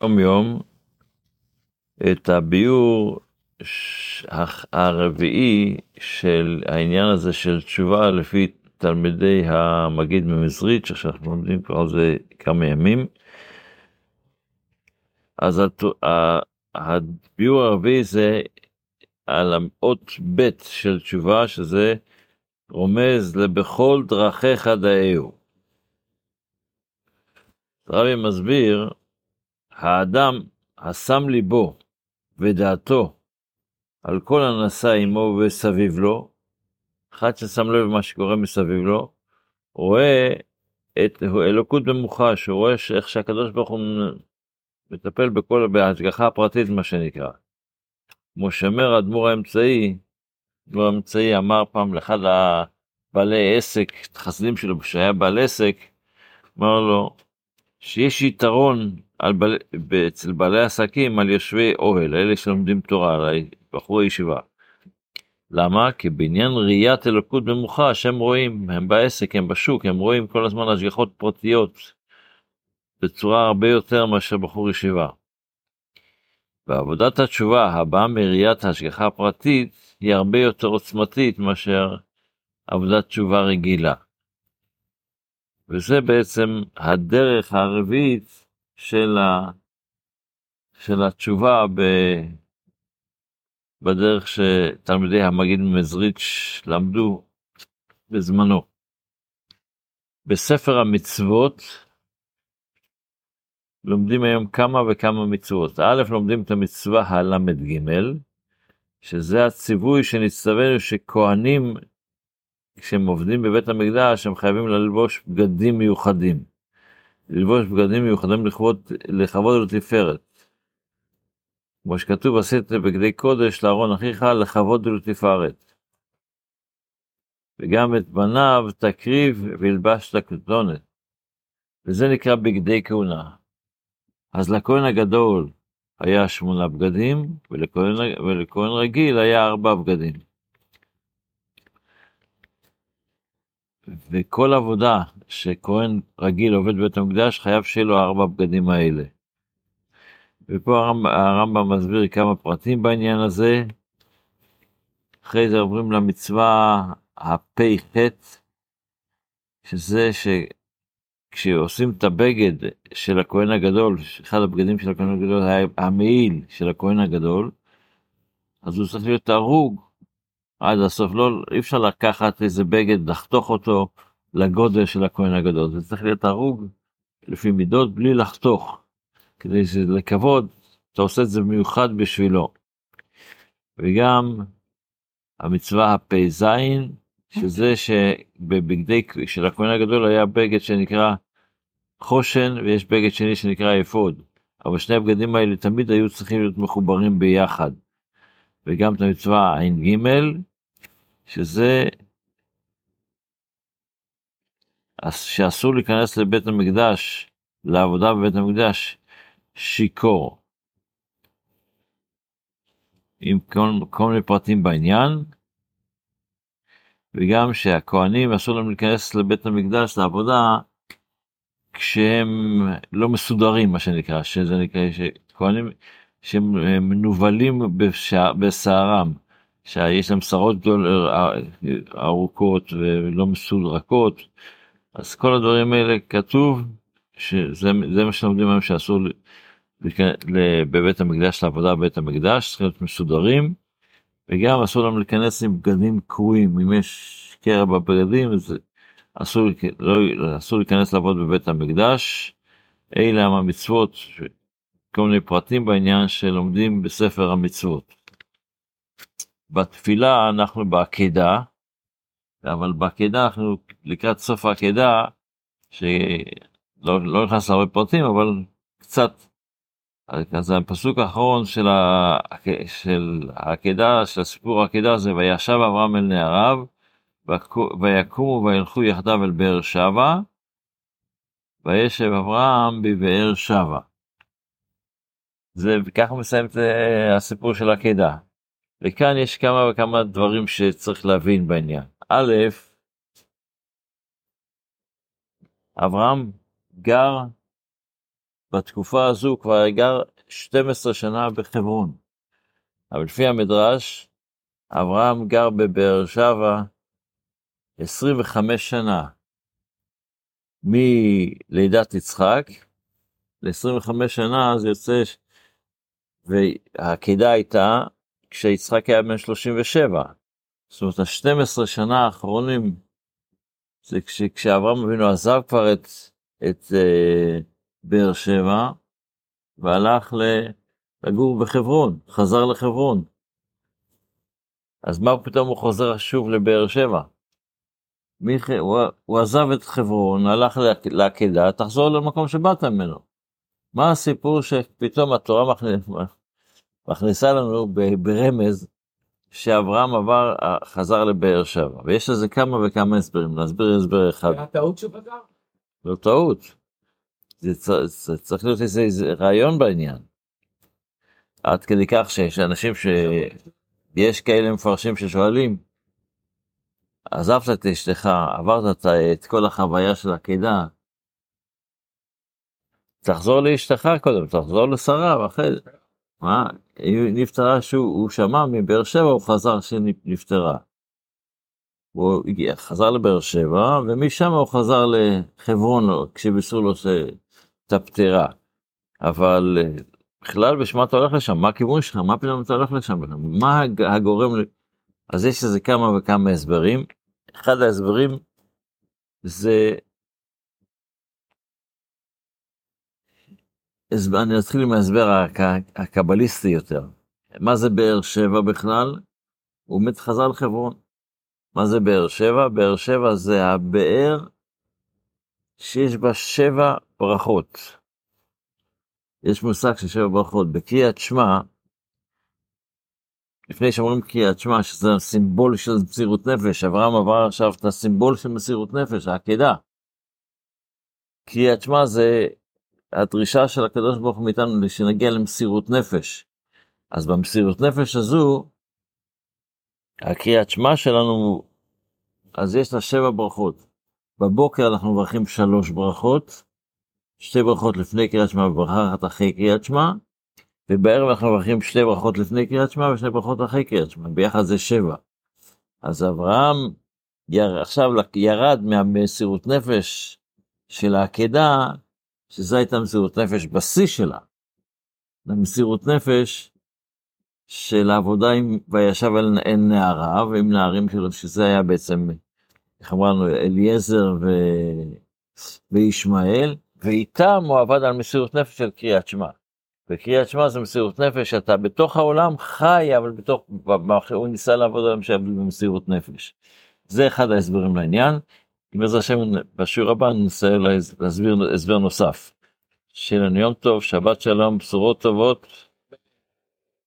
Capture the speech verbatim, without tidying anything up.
יום יום את הביור הרביעי של העניין הזה של תשובה לפי תלמידי המגיד ממזריץ', שאנחנו לומדים כבר על זה כמה ימים. אז הביור הרביעי זה על האות ב' של תשובה, שזה רומז לבכל דרכיך דאהו. רבי מסביר, האדם השם ליבו ודעתו על כל הנעשה עמו וסביב לו, אחד ששם לב מה שקורה מסביב לו, רואה את אלוקות במוחש, הוא רואה איך שהקדוש ברוך הוא מטפל בכל, בהשגחה הפרטית מה שנקרא. כמו שאומר האדמו"ר האמצעי, האדמו"ר האמצעי אמר פעם לאחד הבעלי עסק, חסידים שלו שהיה בעל עסק, אמר לו שיש יתרון על בעל, אצל בעלי עסקים על יושבי אוהל, אלה שלומדים תורה, על בחורי ישיבה. למה? כי בעניין ראיית אלוקות במוחש, הם רואים, הם בעסק, הם בשוק, הם רואים כל הזמן השגחות פרטיות, בצורה הרבה יותר מאשר בחור ישיבה. בעבודת התשובה הבאה מראיית ההשגחה הפרטית, היא הרבה יותר עוצמתית מאשר עבודת תשובה רגילה. וזה בעצם הדרך הרביעית של, ה... של התשובה ב... בדרך שתלמידי המגיד ממזריץ' למדו בזמנו. בספר המצוות לומדים היום כמה וכמה מצוות. א', לומדים את המצווה הלמד ג', שזה הציווי שנצטווינו שכהנים, כשהם עובדים בבית המקדש, הם חייבים ללבוש בגדים מיוחדים. ללבוש בגדים מיוחדים לכבוד, לכבוד ולתפארת. כמו שכתוב, עשית בגדי קודש לארון אחיך לכבוד ולתפארת. וגם את בניו תקריב וילבשת כתונת. וזה נקרא בגדי כהונה. אז לכהן הגדול היה שמונה בגדים, ולכהן, ולכהן רגיל היה ארבע בגדים. וכל עבודה שכהן רגיל עובד בבית המקדש, חייב שיהיה לו ארבע בגדים האלה. ופה הרמב"ם, הרמב"ם מסביר כמה פרטים בעניין הזה. אחרי זה עוברים למצווה הפי חטא, שזה שכשעושים את הבגד של הכהן הגדול, אחד הבגדים של הכהן הגדול היה המעיל של הכהן הגדול, אז הוא צריך להיות הרוג עד הסוף. לא, אי אפשר לקחת איזה בגד, לחתוך אותו לגודל של הכהן הגדול. זה צריך להיות הרוג לפי מידות בלי לחתוך. כדי לכבוד, אתה עושה את זה מיוחד בשבילו. וגם המצווה הפי זין, שזה שבבגדי של הכהן הגדול היה בגד שנקרא חושן, ויש בגד שני שנקרא אפוד. אבל שני הבגדים האלה תמיד היו צריכים להיות מחוברים ביחד. וגם את המצווה עין ג', שזה שאסור להיכנס לבית המקדש, לעבודה בבית המקדש, שיקור. עם כל, כל מיני פרטים בעניין. וגם שהכהנים אסור להם להיכנס לבית המקדש לעבודה, כשהם לא מסודרים, מה שנקרא, שזה נקרא, שכהנים שהם מנובלים בשערם, שיש להם שערות ארוכות ולא מסודרקות, אז כל הדברים האלה כתוב, שזה מה שלומדים היום שאסור בבית המקדש, לעבודה בבית המקדש, צריכים להיות מסודרים, וגם אסור להם להיכנס עם בגדים קרועים, אם יש קרע בבגדים, אז אסור, לא, אסור להיכנס לעבוד בבית המקדש. אלה הם המצוות, כל מיני פרטים בעניין שלומדים בספר המצוות. בתפילה אנחנו בעקדה, אבל בעקדה אנחנו לקראת סוף העקדה, שלא לא נכנס להרבה פרטים, אבל קצת, אז הפסוק האחרון של, ה, של העקדה, של הסיפור העקדה הזה, וישב אברהם אל נעריו, ויקומו וילכו יחדיו אל באר שבע, וישב אברהם בבאר שבע. זה, וככה מסיים את הסיפור של העקדה. וכאן יש כמה וכמה דברים שצריך להבין בעניין. א', אברהם גר בתקופה הזו כבר גר שתים עשרה שנה בחברון. אבל לפי המדרש, אברהם גר בבאר שבע עשרים וחמש שנה, מלידת יצחק ל-עשרים וחמש שנה, זה יוצא, והעקידה הייתה כשיצחק היה בן שלושים ושבע. זאת אומרת, ה-שתים עשרה שנה האחרונים, זה כש, כשאברהם אבינו עזב כבר את, את אה, באר שבע, והלך לגור בחברון, חזר לחברון. אז מה פתאום הוא חוזר שוב לבאר שבע? מי, הוא, הוא עזב את חברון, הלך לעקידה, תחזור למקום שבאת ממנו. מה הסיפור שפתאום התורה מכניס, מכניסה לנו ברמז, שאברהם עבר, חזר לבאר שבע, ויש לזה כמה וכמה הסברים, להסביר הסבר אחד. זה הטעות שבגר? לא טעות, זה, צ, זה צריך להיות איזה, איזה רעיון בעניין. עד כדי כך שיש אנשים ש... יש כאלה מפרשים ששואלים, עזבת את אשתך, עברת את כל החוויה של העקידה, תחזור לאשתך קודם, תחזור לשרה, ואחרי, מה? היא נפטרה שהוא שמע מבאר שבע, הוא חזר שנפטרה. הוא הגיע, חזר לבאר שבע, ומשם הוא חזר לחברון, כשבישרו לו את הפטירה. אבל בכלל, בשמה אתה הולך לשם, מה הכיוון שלך? מה פתאום אתה הולך לשם? מה הגורם? אז יש לזה כמה וכמה הסברים. אחד ההסברים זה, אני אתחיל עם ההסבר הקבליסטי יותר. מה זה באר שבע בכלל? הוא מת חזר לחברון. מה זה באר שבע? באר שבע זה הבאר שיש בה שבע ברכות. יש מושג של שבע ברכות. בקריאת שמע, לפני שאומרים קריאת שמע, שזה הסימבול של מסירות נפש, אברהם עבר עכשיו את הסימבול של מסירות נפש, העקידה. קריאת שמע זה הדרישה של הקדוש ברוך הוא מאיתנו, שנגיע למסירות נפש. אז במסירות נפש הזו, הקריאת שמע שלנו, אז יש לה שבע ברכות. בבוקר אנחנו מברכים שלוש ברכות, שתי ברכות לפני קריאת שמע וברכה אחת אחרי קריאת שמע, ובערב אנחנו מברכים שתי ברכות לפני קריאת שמע ושתי ברכות אחרי קריאת שמע, ביחד זה שבע. אז אברהם יר, עכשיו ירד מהמסירות נפש של העקידה, שזו הייתה מסירות נפש בשיא שלה, למסירות נפש של העבודה עם וישב אל, אל נערה ועם נערים שלו, שזה היה בעצם, איך אמרנו, אליעזר ו... וישמעאל, ואיתם הוא עבד על מסירות נפש של קריאת שמע. וקריאת שמע זה מסירות נפש, שאתה בתוך העולם חי, אבל בתוך, הוא ניסה לעבוד עליהם במסירות נפש. זה אחד ההסברים לעניין. אם עזר השם, בשיעור הבא ננסה להסביר הסבר נוסף. שיהיה לנו יום טוב, שבת שלום, בשורות טובות.